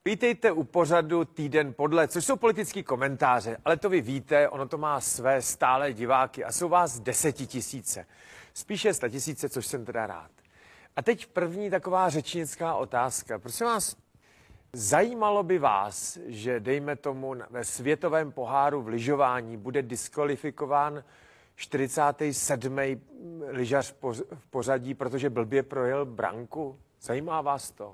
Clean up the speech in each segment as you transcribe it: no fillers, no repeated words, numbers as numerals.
Vítejte u pořadu Týden podle, což jsou politický komentáře, ale to vy víte, ono to má své stálé diváky a jsou vás 10 000. Spíše 100 000, což jsem teda rád. A teď první taková řečnická otázka. Prosím vás, zajímalo by vás, že dejme tomu ve světovém poháru v lyžování bude diskvalifikován 47. lyžař v pořadí, protože blbě projel branku? Zajímá vás to?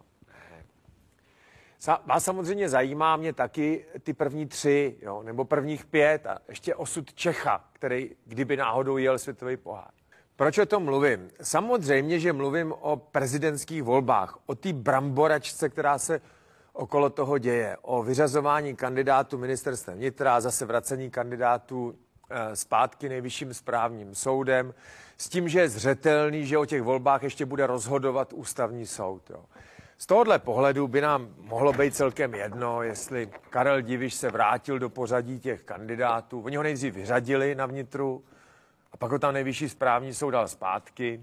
Vás samozřejmě zajímá mě taky ty první 3, jo, nebo prvních 5 a ještě osud Čecha, který kdyby náhodou jel světový pohár. Proč o tom mluvím? Samozřejmě, že mluvím o prezidentských volbách, o té bramboračce, která se okolo toho děje, o vyřazování kandidátů ministerstvem vnitra, zase vracení kandidátů zpátky Nejvyšším správním soudem, s tím, že je zřetelný, že o těch volbách ještě bude rozhodovat ústavní soud. Jo. Z tohohle pohledu by nám mohlo být celkem jedno, jestli Karel Diviš se vrátil do pořadí těch kandidátů. Oni ho nejdřív vyřadili na vnitru a pak ho tam Nejvyšší správní soud dal zpátky.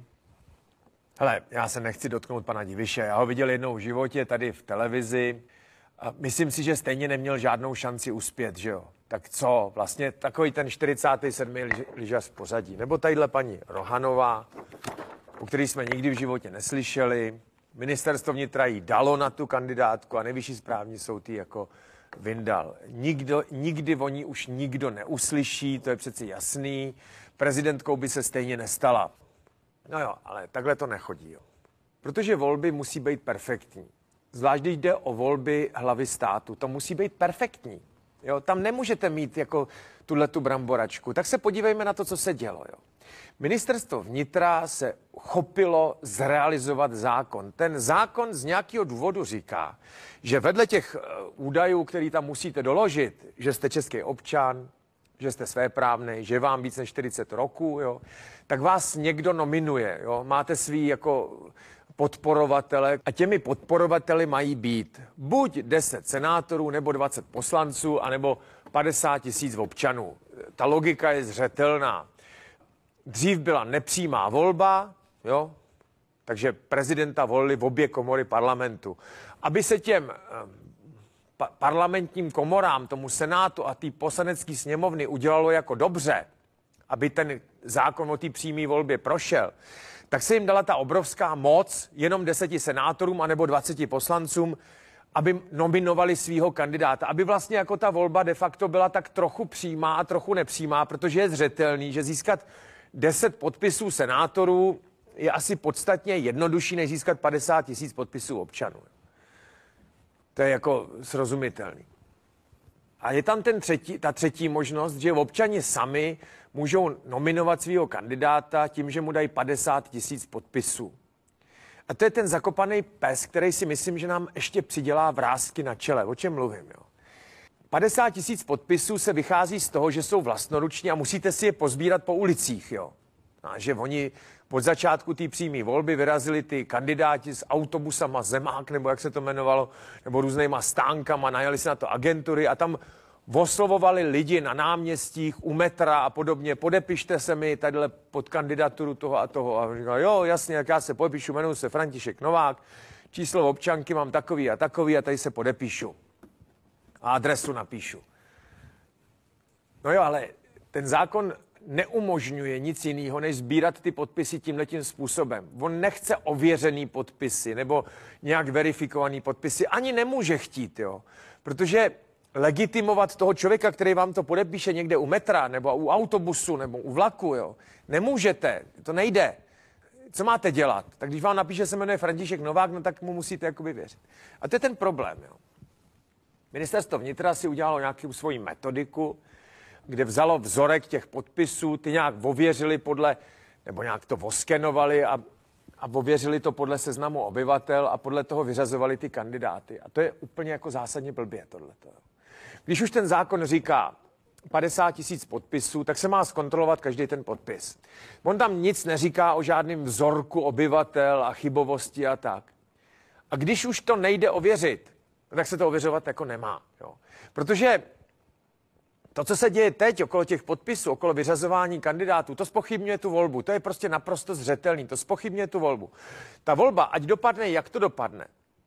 Hele, já se nechci dotknout pana Diviše, já ho viděl jednou v životě tady v televizi a myslím si, že stejně neměl žádnou šanci uspět, že jo. Tak co, vlastně takový ten 47. lyžař v pořadí. Nebo tadyhle paní Rohanová, o který jsme nikdy v životě neslyšeli. Ministerstvo vnitra jí dalo na tu kandidátku a Nejvyšší správní soud jí jako vyndal. Nikdy o ní už nikdo neuslyší, to je přeci jasný. Prezidentkou by se stejně nestala. No jo, ale takhle to nechodí. Jo. Protože volby musí být perfektní. Zvlášť když jde o volby hlavy státu. To musí být perfektní. Jo, tam nemůžete mít jako tuhletu bramboračku. Tak se podívejme na to, co se dělo. Jo. Ministerstvo vnitra se chopilo zrealizovat zákon. Ten zákon z nějakého důvodu říká, že vedle těch údajů, který tam musíte doložit, že jste český občan, že jste svéprávnej, že vám víc než 40 roků, jo, tak vás někdo nominuje. Jo. Máte svý jako podporovatele a těmi podporovateli mají být buď 10 senátorů, nebo 20 poslanců, anebo 50 000 občanů. Ta logika je zřetelná. Dřív byla nepřímá volba, jo, takže prezidenta volili v obě komory parlamentu. Aby se těm parlamentním komorám, tomu senátu a té poslanecké sněmovny udělalo jako dobře, aby ten zákon o té přímé volbě prošel, tak se jim dala ta obrovská moc jenom 10 senátorům anebo 20 poslancům, aby nominovali svého kandidáta. Aby vlastně jako ta volba de facto byla tak trochu přímá a trochu nepřímá, protože je zřetelný, že získat 10 podpisů senátorů je asi podstatně jednodušší, než získat 50 000 podpisů občanů. To je jako srozumitelný. A je tam ta třetí možnost, že občani sami můžou nominovat svého kandidáta tím, že mu dají 50 000 podpisů. A to je ten zakopaný pes, který si myslím, že nám ještě přidělá vrásky na čele. O čem mluvím, jo? 50 000 podpisů se vychází z toho, že jsou vlastnoruční a musíte si je pozbírat po ulicích, jo. A že oni od začátku té přímé volby vyrazili ty kandidáti s autobusama Zemák, nebo jak se to jmenovalo, nebo různýma stánkama, najali si na to agentury a tam oslovovali lidi na náměstích, u metra a podobně. Podepište se mi tadyhle pod kandidaturu toho a toho. A říkal, jo, jasně, jak já se podepíšu, jmenuji se František Novák, číslo občanky mám takový a tady se podepíšu. A adresu napíšu. No jo, ale ten zákon neumožňuje nic jiného, než sbírat ty podpisy tímhletím způsobem. On nechce ověřený podpisy nebo nějak verifikovaný podpisy. Ani nemůže chtít, jo. Protože legitimovat toho člověka, který vám to podepíše někde u metra nebo u autobusu nebo u vlaku, jo. Nemůžete, to nejde. Co máte dělat? Tak když vám napíše, se jmenuje František Novák, no tak mu musíte jakoby věřit. A to je ten problém, jo. Ministerstvo vnitra si udělalo nějakou svoji metodiku, kde vzalo vzorek těch podpisů, ty nějak ověřili nebo nějak to oskenovali a ověřili to podle seznamu obyvatel a podle toho vyřazovali ty kandidáty. A to je úplně jako zásadně blbě tohleto. Když už ten zákon říká 50 000 podpisů, tak se má zkontrolovat každý ten podpis. On tam nic neříká o žádném vzorku obyvatel a chybovosti a tak. A když už to nejde ověřit, tak se to ověřovat jako nemá. Jo. Protože to, co se děje teď okolo těch podpisů, okolo vyřazování kandidátů, to zpochybňuje tu volbu. To je prostě naprosto zřetelný. To zpochybňuje tu volbu. Ta volba, ať dopadne, jak to dopadne,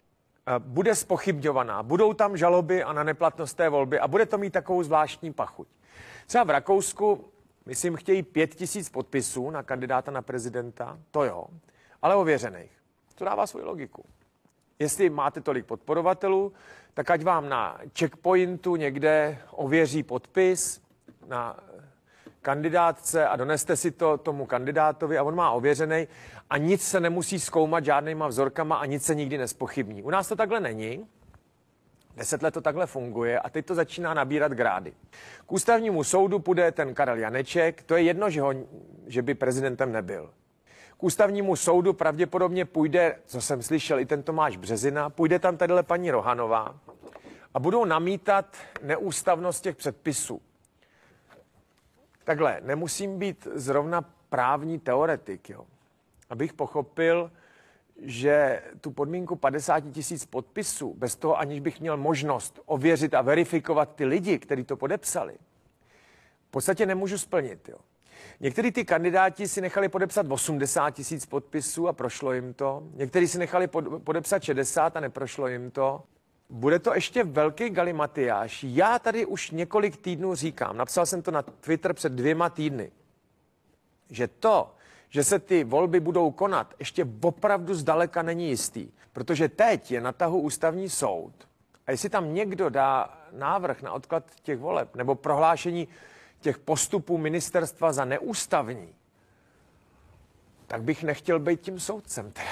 bude zpochybňovaná, budou tam žaloby a na neplatnost té volby a bude to mít takovou zvláštní pachuť. Třeba v Rakousku, myslím, chtějí 5 000 podpisů na kandidáta na prezidenta, to jo, ale ověřených. To dává svoji logiku. Jestli máte tolik podporovatelů, tak ať vám na checkpointu někde ověří podpis na kandidátce a doneste si to tomu kandidátovi a on má ověřený a nic se nemusí zkoumat žádnýma vzorkama a nic se nikdy nespochybní. U nás to takhle není. 10 let to takhle funguje a teď to začíná nabírat grády. K ústavnímu soudu půjde ten Karel Janeček, to je jedno, že by prezidentem nebyl. K ústavnímu soudu pravděpodobně půjde, co jsem slyšel, i ten Tomáš Březina, půjde tam tadyhle paní Rohanová a budou namítat neústavnost těch předpisů. Takhle, nemusím být zrovna právní teoretik, jo, abych pochopil, že tu podmínku 50 000 podpisů, bez toho aniž bych měl možnost ověřit a verifikovat ty lidi, kteří to podepsali, v podstatě nemůžu splnit. Jo. Někteří ty kandidáti si nechali podepsat 80 000 podpisů a prošlo jim to. Někteří si nechali podepsat 60 a neprošlo jim to. Bude to ještě velký galimatiáš. Já tady už několik týdnů říkám, napsal jsem to na Twitter před 2 týdny, že to, že se ty volby budou konat, ještě opravdu zdaleka není jistý. Protože teď je na tahu ústavní soud. A jestli tam někdo dá návrh na odklad těch voleb nebo prohlášení těch postupů ministerstva za neústavní, tak bych nechtěl být tím soudcem teda.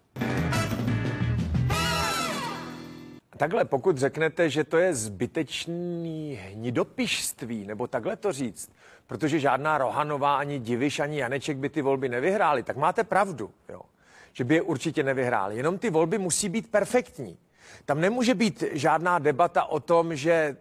Takhle, pokud řeknete, že to je zbytečný hnidopišství, nebo takhle to říct, protože žádná Rohanová, ani Diviš, ani Janeček by ty volby nevyhráli, tak máte pravdu, jo, že by je určitě nevyhráli. Jenom ty volby musí být perfektní. Tam nemůže být žádná debata o tom, že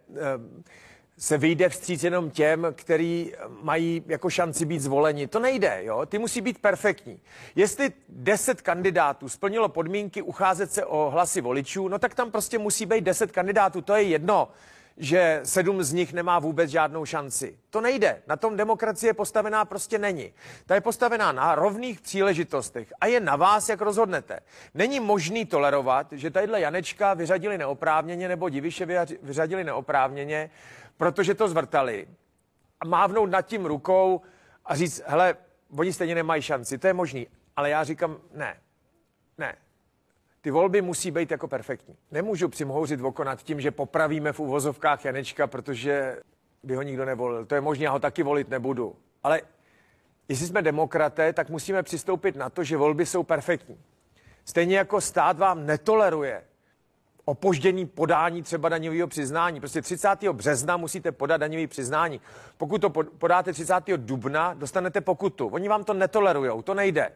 se vyjde vstříc jenom těm, který mají jako šanci být zvoleni. To nejde, jo? Ty musí být perfektní. Jestli 10 kandidátů splnilo podmínky ucházet se o hlasy voličů, no tak tam prostě musí být 10 kandidátů. To je jedno, že 7 z nich nemá vůbec žádnou šanci. To nejde. Na tom demokracie postavená prostě není. Ta je postavená na rovných příležitostech a je na vás, jak rozhodnete. Není možný tolerovat, že tadyhle Janečka vyřadili neoprávněně nebo Diviše vyřadili neoprávněně, protože to zvrtali a mávnout nad tím rukou a říct, hele, oni stejně nemají šanci, to je možný. Ale já říkám, ne. Ty volby musí být jako perfektní. Nemůžu přimhouřit oko nad tím, že popravíme v uvozovkách Janečka, protože by ho nikdo nevolil. To je možné, já ho taky volit nebudu. Ale jestli jsme demokraté, tak musíme přistoupit na to, že volby jsou perfektní. Stejně jako stát vám netoleruje opoždění podání třeba daňového přiznání. Prostě 30. března musíte podat daňové přiznání. Pokud to podáte 30. dubna, dostanete pokutu. Oni vám to netolerujou, to nejde.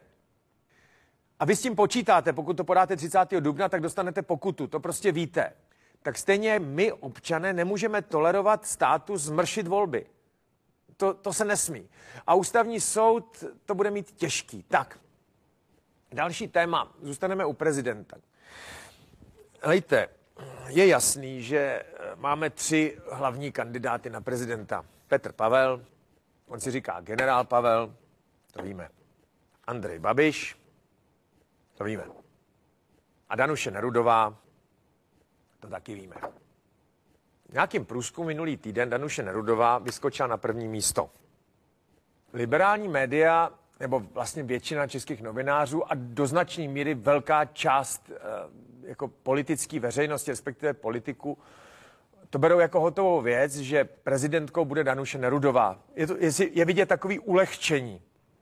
A vy s tím počítáte, pokud to podáte 30. dubna, tak dostanete pokutu, to prostě víte. Tak stejně my, občané, nemůžeme tolerovat státu zmršit volby. To se nesmí. A ústavní soud to bude mít těžký. Tak, další téma, zůstaneme u prezidenta. Hejte, je jasný, že máme 3 hlavní kandidáty na prezidenta. Petr Pavel, on si říká generál Pavel, to víme. Andrej Babiš, to víme. A Danuše Nerudová, to taky víme. V nějakým průzkumu minulý týden Danuše Nerudová vyskočila na 1. místo. Liberální média, nebo vlastně většina českých novinářů a do značné míry velká část jako politické veřejnosti, respektive politiku, to berou jako hotovou věc, že prezidentkou bude Danuše Nerudová. Je vidět takový ulehčení.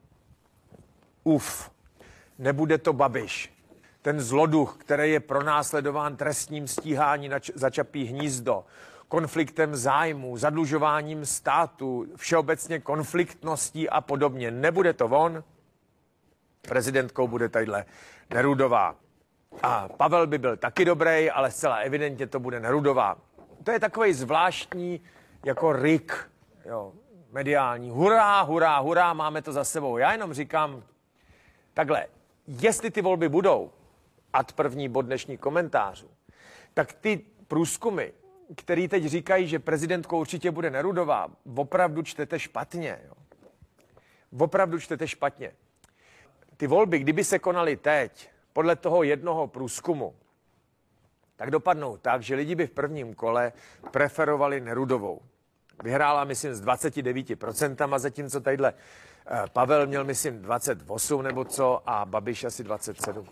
Nebude to Babiš. Ten zloduch, který je pronásledován trestním stíhání za Čapí hnízdo, konfliktem zájmů, zadlužováním státu, všeobecně konfliktností a podobně. Nebude to on, prezidentkou bude tadyhle Nerudová. A Pavel by byl taky dobrý, ale zcela evidentně to bude Nerudová. To je takový zvláštní jako rik, jo, mediální. Hurá, hurá, hurá, máme to za sebou. Já jenom říkám takhle, jestli ty volby budou, ad první bod dnešní komentářů, tak ty průzkumy, který teď říkají, že prezidentkou určitě bude Nerudová, opravdu čtete špatně. Jo. Opravdu čtete špatně. Ty volby, kdyby se konaly teď, podle toho jednoho průzkumu, tak dopadnou tak, že lidi by v prvním kole preferovali Nerudovou. Vyhrála, myslím, s 29%, zatímco tadyhle Pavel měl, myslím, 28 nebo co a Babiš asi 27.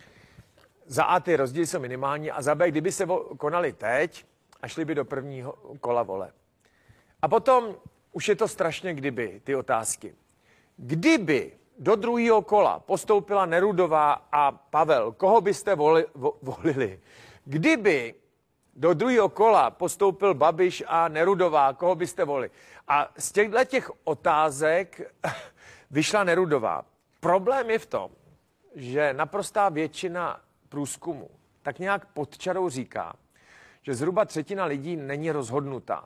Za A ty rozdíly jsou minimální a za B, kdyby se konali teď a šli by do prvního kola voleb. A potom už je to strašně kdyby, ty otázky. Kdyby do druhého kola postoupila Nerudová a Pavel, koho byste volili? Kdyby do druhého kola postoupil Babiš a Nerudová, koho byste volili? A z těch otázek vyšla Nerudová. Problém je v tom, že naprostá většina průzkumu tak nějak pod čarou říká, že zhruba třetina lidí není rozhodnutá.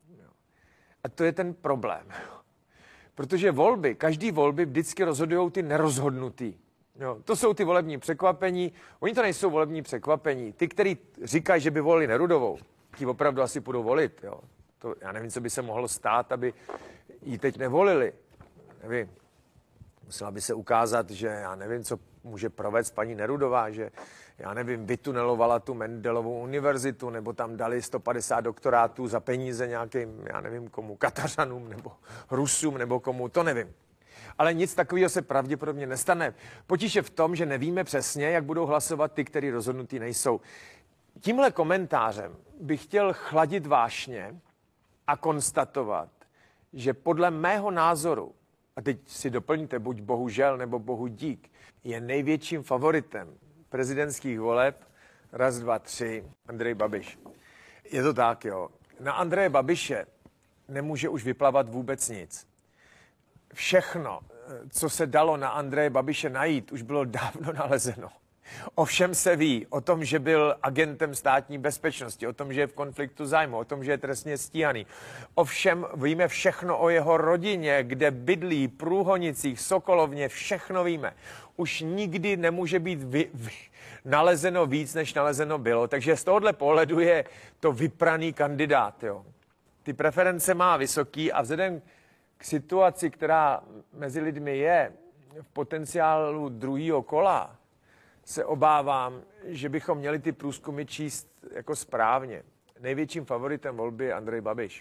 A to je ten problém. Protože každý volby vždycky rozhodují ty nerozhodnutý. Jo, to jsou ty volební překvapení. Oni to nejsou volební překvapení. Ty, kteří říkají, že by volili Nerudovou, ti opravdu asi půjdou volit. Jo. To, já nevím, co by se mohlo stát, aby ji teď nevolili. Nevím. Musela by se ukázat, že já nevím, co může provést paní Nerudová, že já nevím, vytunelovala tu Mendelovu univerzitu, nebo tam dali 150 doktorátů za peníze nějakým, já nevím komu, Katařanům, nebo Rusům, nebo komu, to nevím. Ale nic takového se pravděpodobně nestane. Potíž je v tom, že nevíme přesně, jak budou hlasovat ty, kteří rozhodnutí nejsou. Tímhle komentářem bych chtěl chladit vášně a konstatovat, že podle mého názoru, a teď si doplňte buď bohužel nebo bohu dík, je největším favoritem prezidentských voleb, 1, 2, 3, Andrej Babiš. Je to tak, jo. Na Andreje Babiše nemůže už vyplavat vůbec nic. Všechno, co se dalo na Andreje Babiše najít, už bylo dávno nalezeno. O všem se ví, o tom, že byl agentem státní bezpečnosti, o tom, že je v konfliktu zájmu, o tom, že je trestně stíhaný. Ovšem víme všechno o jeho rodině, kde bydlí, Průhonicích, Sokolovně, všechno víme. Už nikdy nemůže být nalezeno víc, než nalezeno bylo. Takže z tohohle pohledu je to vypraný kandidát. Jo. Ty preference má vysoký a vzhledem k situaci, která mezi lidmi je v potenciálu druhého kola, se obávám, že bychom měli ty průzkumy číst jako správně. Největším favoritem volby je Andrej Babiš.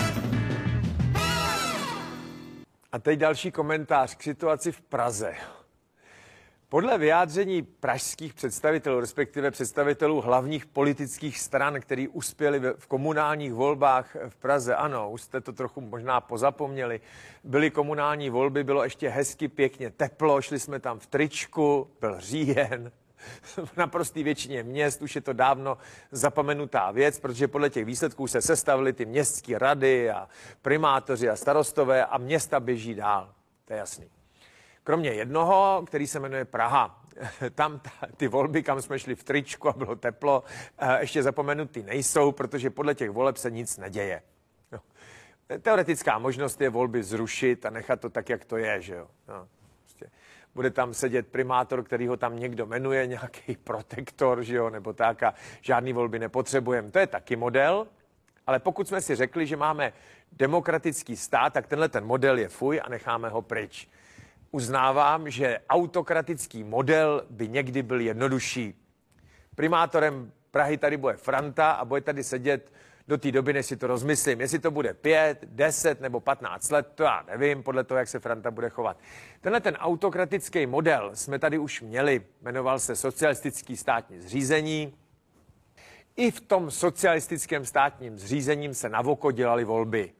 A teď další komentář k situaci v Praze. Podle vyjádření pražských představitelů, respektive představitelů hlavních politických stran, který uspěli v komunálních volbách v Praze, ano, už jste to trochu možná pozapomněli, byly komunální volby, bylo ještě hezky, pěkně teplo, šli jsme tam v tričku, byl říjen, v naprosté většině měst už je to dávno zapomenutá věc, protože podle těch výsledků se sestavily ty městské rady a primátoři a starostové a města běží dál, to je jasný. Kromě jednoho, který se jmenuje Praha. Tam ty volby, kam jsme šli v tričku a bylo teplo, ještě zapomenutý nejsou, protože podle těch voleb se nic neděje. No. Teoretická možnost je volby zrušit a nechat to tak, jak to je, že jo. No, prostě bude tam sedět primátor, který ho tam někdo jmenuje, nějaký protektor, že jo, nebo tak a žádný volby nepotřebujeme. To je taky model, ale pokud jsme si řekli, že máme demokratický stát, tak tenhle ten model je fuj a necháme ho pryč. Uznávám, že autokratický model by někdy byl jednodušší. Primátorem Prahy tady bude Franta a bude tady sedět do té doby, než si to rozmyslím. Jestli to bude 5, 10 nebo 15 let, to já nevím, podle toho, jak se Franta bude chovat. Tenhle ten autokratický model jsme tady už měli, jmenoval se socialistický státní zřízení. I v tom socialistickém státním zřízením se na voko dělaly volby.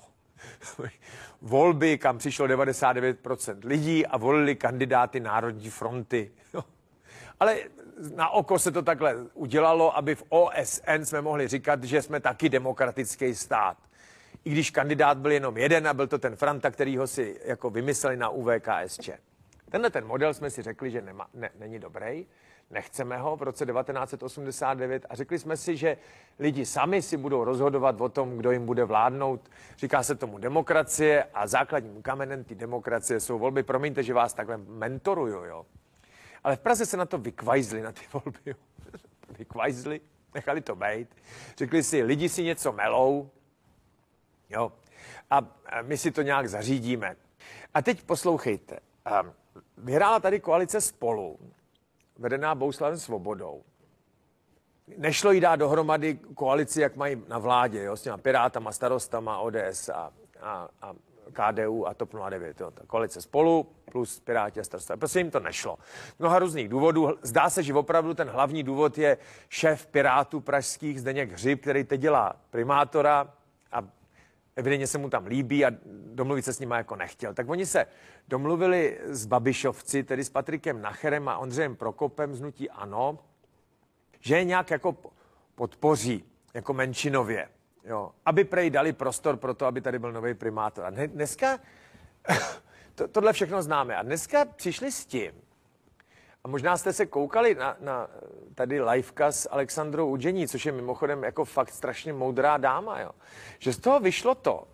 Volby, kam přišlo 99% lidí a volili kandidáty Národní fronty. Ale na oko se to takhle udělalo, aby v OSN jsme mohli říkat, že jsme taky demokratický stát. I když kandidát byl jenom jeden a byl to ten Franta, který ho si jako vymysleli na ÚVKSČ. Tenhle ten model jsme si řekli, že není dobrý. Nechceme ho v roce 1989 a řekli jsme si, že lidi sami si budou rozhodovat o tom, kdo jim bude vládnout. Říká se tomu demokracie a základním kamenem té demokracie jsou volby. Promiňte, že vás takhle mentoruju, jo. Ale v Praze se na to vykvajzli, na ty volby. Jo. Vykvajzli, nechali to bejt. Řekli si, lidi si něco melou, jo. A my si to nějak zařídíme. A teď poslouchejte. Vyhrála tady koalice Spolu, vedená Bohuslavem Svobodou. nešlo jí dát dohromady koalici, jak mají na vládě, jo, s těma Pirátama, Starostama, ODS a KDU a TOP 09. Jo, ta koalice Spolu plus Piráti a Starostové. Prostě jim to nešlo. Mnoha různých důvodů. Zdá se, že opravdu ten hlavní důvod je šéf Pirátů pražských Zdeněk Hřib, který teď dělá primátora a evidentně se mu tam líbí a domluvit se s nima jako nechtěl. Tak oni se domluvili s Babišovci, tedy s Patrikem Nacherem a Ondřejem Prokopem z hnutí ANO, že je nějak jako podpoří, jako menšinově, jo, aby prej dali prostor pro to, aby tady byl nový primátor. A dneska, tohle všechno známe, a dneska přišli s tím, a možná jste se koukali na tady liveka s Alexandrou Udžení, což je mimochodem jako fakt strašně moudrá dáma, jo, že z toho vyšlo to,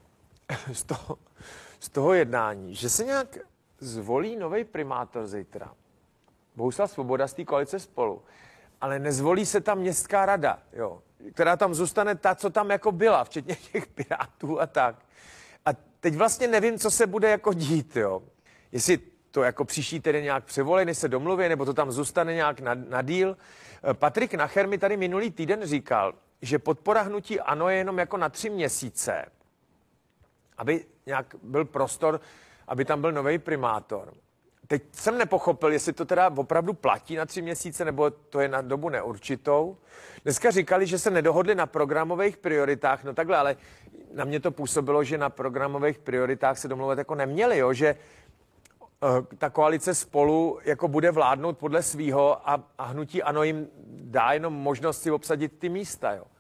z toho jednání, že se nějak zvolí nový primátor zítra. Bohuslav Svoboda z té koalice Spolu. Ale nezvolí se tam městská rada, jo, která tam zůstane ta, co tam jako byla, včetně těch Pirátů a tak. A teď vlastně nevím, co se bude jako dít, jo. Jestli to jako příští tedy nějak převolí, než se domluví, nebo to tam zůstane nějak na díl. Patrik Nacher mi tady minulý týden říkal, že podpora hnutí ANO je jenom jako na 3 měsíce, aby nějak byl prostor, aby tam byl nový primátor. Teď jsem nepochopil, jestli to teda opravdu platí na 3 měsíce, nebo to je na dobu neurčitou. Dneska říkali, že se nedohodli na programových prioritách, no takhle, ale na mě to působilo, že na programových prioritách se domluvat jako neměli, jo, že ta koalice Spolu jako bude vládnout podle svýho a hnutí ANO jim dá jenom možnost si obsadit ty místa, jo.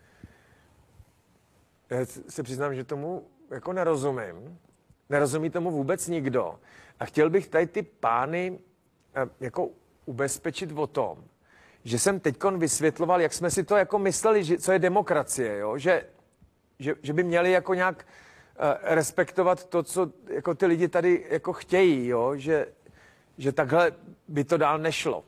Já se přiznám, že tomu jako nerozumím. Nerozumí tomu vůbec nikdo. A chtěl bych tady ty pány jako ubezpečit o tom, že jsem teďkon vysvětloval, jak jsme si to jako mysleli, že, co je demokracie, jo? Že by měli jako nějak respektovat to, co jako ty lidi tady jako chtějí, jo? Že takhle by to dál nešlo.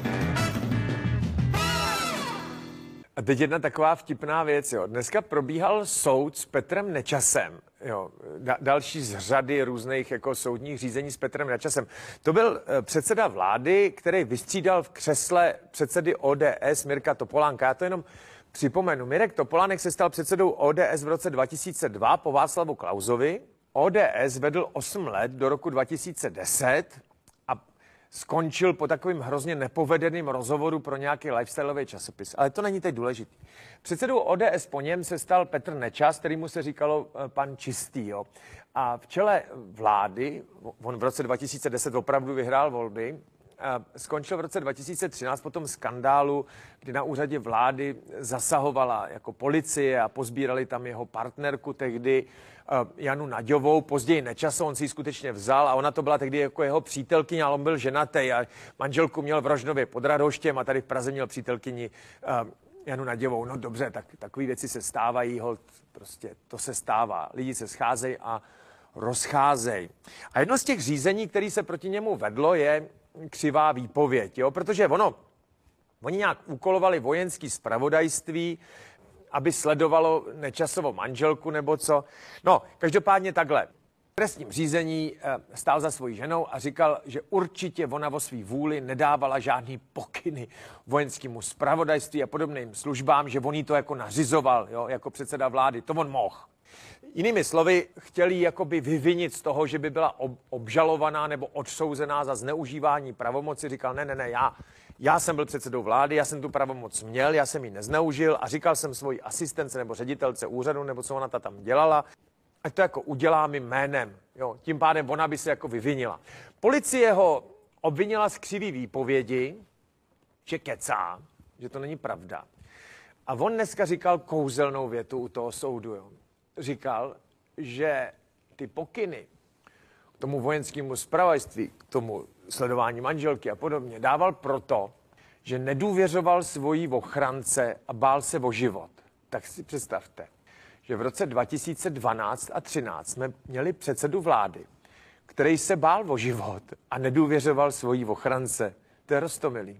A teď jedna taková vtipná věc, jo. Dneska probíhal soud s Petrem Nečasem, jo. Další z řady různých jako soudních řízení s Petrem Nečasem. To byl předseda vlády, který vystřídal v křesle předsedy ODS Mirka Topolánka. Já to jenom připomenu. Mirek Topolánek se stal předsedou ODS v roce 2002 po Václavu Klausovi. ODS vedl 8 let do roku 2010 a skončil po takovým hrozně nepovedeným rozhovoru pro nějaký lifestyleový časopis. Ale to není teď důležitý. Předsedou ODS po něm se stal Petr Nečas, kterýmu se říkalo pan Čistý. Jo. A v čele vlády, on v roce 2010 opravdu vyhrál volby, skončil v roce 2013 po tom skandálu, kdy na úřadě vlády zasahovala jako policie a pozbírali tam jeho partnerku tehdy Janu Naďovou, později Nečasu, on si ji skutečně vzal a ona to byla tehdy jako jeho přítelkyně, ale on byl ženatý a manželku měl v Rožnově pod Radhoštěm a tady v Praze měl přítelkyni Janu Naďovou. No dobře, tak takové věci se stávají, holt, prostě to se stává. Lidi se scházejí a rozcházejí. A jedno z těch řízení, které se proti němu vedlo, je křivá výpověď, jo? Protože oni nějak úkolovali vojenský zpravodajství, aby sledovalo Nečasovo manželku nebo co. No, každopádně takhle. V trestním řízení stál za svojí ženou a říkal, že určitě ona o svý vůli nedávala žádný pokyny vojenskému zpravodajství a podobným službám, že on jí to jako nařizoval, jo? Jako předseda vlády. To on mohl. Jinými slovy, chtěli jakoby vyvinit z toho, že by byla obžalovaná nebo odsouzená za zneužívání pravomoci. Říkal, ne, já jsem byl předsedou vlády, já jsem tu pravomoc měl, já jsem ji nezneužil a říkal jsem svojí asistence nebo ředitelce úřadu, nebo co ona ta tam dělala, ať to jako udělá mým jménem. Jo, tím pádem ona by se jako vyvinila. Policie ho obvinila z křivý výpovědi, že kecá, že to není pravda. A on dneska říkal kouzelnou větu u toho soudu, jo. Říkal, že ty pokyny k tomu vojenskému zpravodajství, k tomu sledování manželky a podobně, dával proto, že nedůvěřoval svojí ochrance a bál se o život. Tak si představte, že v roce 2012 a 2013 jsme měli předsedu vlády, který se bál o život a nedůvěřoval svojí ochrance. To je roztomilý.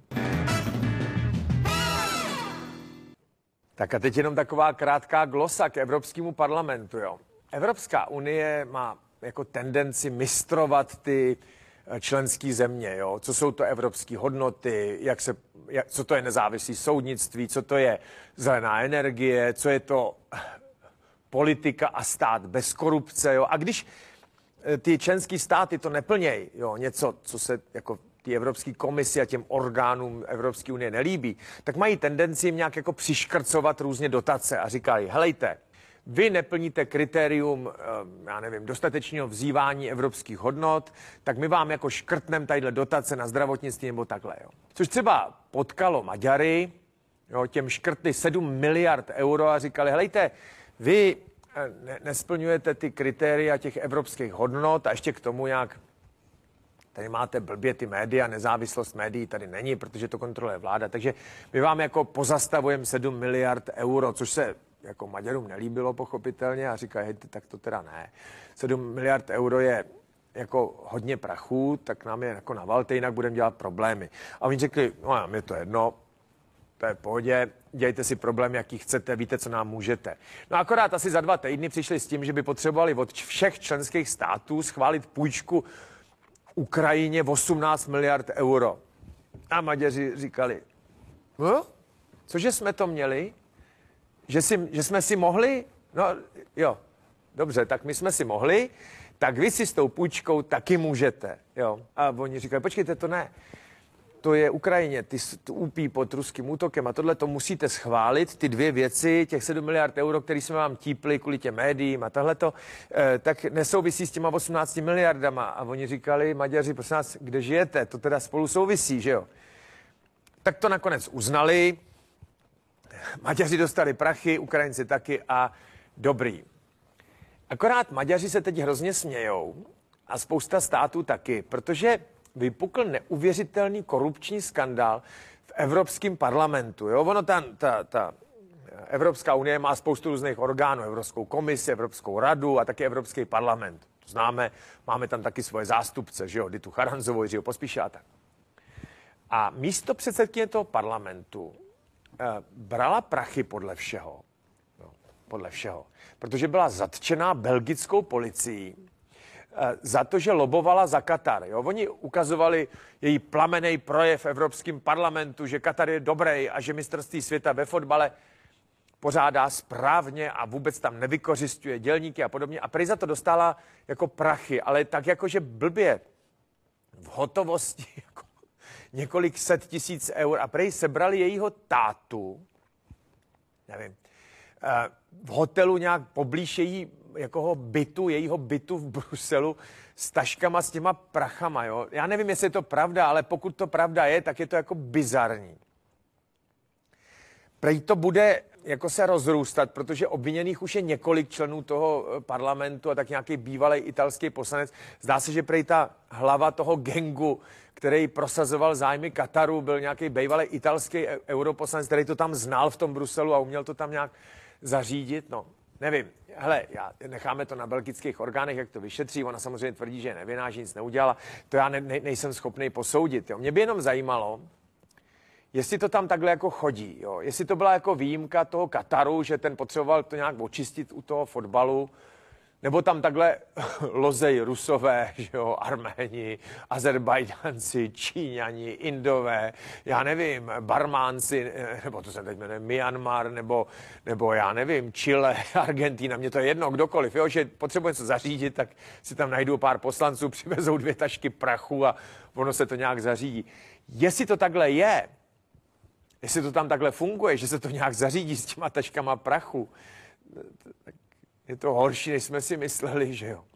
Tak a teď jenom taková krátká glosa k Evropskému parlamentu. Jo. Evropská unie má jako tendenci mistrovat ty členské země. Jo. Co jsou to evropské hodnoty, co to je nezávislý soudnictví, co to je zelená energie, co je to politika a stát bez korupce. Jo? A když ty členské státy to neplnějí, jo, něco, co se jako ty Evropské komisi a těm orgánům Evropské unie nelíbí, tak mají tendenci jim nějak jako přiškrcovat různě dotace a říkají, helejte, vy neplníte kritérium, já nevím, dostatečného vzývání evropských hodnot, tak my vám jako škrtneme tadyhle dotace na zdravotnictví nebo takhle. Jo. Což třeba potkalo Maďary, jo, těm škrtli 7 miliard euro a říkali, helejte, vy nesplňujete ty kritéria těch evropských hodnot a ještě k tomu nějak tady máte blbě ty média, nezávislost médií tady není, protože to kontroluje vláda, takže my vám jako pozastavujeme 7 miliard euro, což se jako Maďarům nelíbilo pochopitelně a říkají, hej, tak to teda ne. 7 miliard euro je jako hodně prachu, tak nám je jako navalte, jinak budeme dělat problémy. A oni řekli, no nám je to jedno, to je v pohodě, dějte si problém, jaký chcete, víte, co nám můžete. No akorát asi za 2 týdny přišli s tím, že by potřebovali od všech členských států schválit půjčku Ukrajině 18 miliard euro. A Maďaři říkali, no, cože jsme to měli? Že jsme si mohli? No jo, dobře, tak my jsme si mohli, tak vy si s tou půjčkou taky můžete. Jo. A oni říkali, počkejte, to ne. To je Ukrajině, ty úpí pod ruským útokem a tohle to musíte schválit, ty 2 věci, těch 7 miliard euro, které jsme vám típli kvůli těm médiím a tohleto, tak nesouvisí s těma 18 miliardama. A oni říkali, Maďaři, prosím nás, kde žijete? To teda spolu souvisí, že jo? Tak to nakonec uznali, Maďaři dostali prachy, Ukrajinci taky a dobrý. Akorát Maďaři se teď hrozně smějou a spousta států taky, protože vypukl neuvěřitelný korupční skandál v Evropském parlamentu. Jo? Ono ta Evropská unie má spoustu různých orgánů, Evropskou komisi, Evropskou radu a taky Evropský parlament. To známe, máme tam taky svoje zástupce, že jo, Ditu Charanzovou, Jiřího Pospíšila. A místo předsedkyně toho parlamentu brala prachy podle všeho, protože byla zatčená belgickou policií za to, že lobovala za Katar. Jo? Oni ukazovali její plamenný projev v Evropském parlamentu, že Katar je dobrý a že mistrovství světa ve fotbale pořádá správně a vůbec tam nevykořisťuje dělníky a podobně. A prej za to dostala jako prachy, ale tak jakože blbě v hotovosti jako několik set tisíc eur a prej sebrali jejího tátu, nevím, v hotelu nějak poblíž jejího bytu v Bruselu s taškama s těma prachama, jo. Já nevím, jestli je to pravda, ale pokud to pravda je, tak je to jako bizarní. Prej to bude jako se rozrůstat, protože obviněných už je několik členů toho parlamentu a tak nějaký bývalý italský poslanec. Zdá se, že prej ta hlava toho gangu, který prosazoval zájmy Kataru, byl nějaký bývalý italský europoslanec, který to tam znal v tom Bruselu a uměl to tam nějak zařídit. No, nevím. Hele, necháme to na belgických orgánech, jak to vyšetří. Ona samozřejmě tvrdí, že je nevinná, že nic neudělala. To já nejsem schopný posoudit. Jo. Mě by jenom zajímalo, jestli to tam takhle jako chodí. Jo. Jestli to byla jako výjimka toho Kataru, že ten potřeboval to nějak očistit u toho fotbalu, nebo tam takhle lozej Rusové, že jo, Arméni, Azerbajdžanci, Číňani, Indové, já nevím, Barmánci, nebo to se teď jmenuje Myanmar, nebo já nevím, Chile, Argentina, mně to je jedno, kdokoliv, jo, že potřebuje něco zařídit, tak si tam najdou pár poslanců, přivezou 2 tašky prachu a ono se to nějak zařídí. Jestli to takhle je, jestli to tam takhle funguje, že se to nějak zařídí s těma taškama prachu, je to horší, než jsme si mysleli, že jo.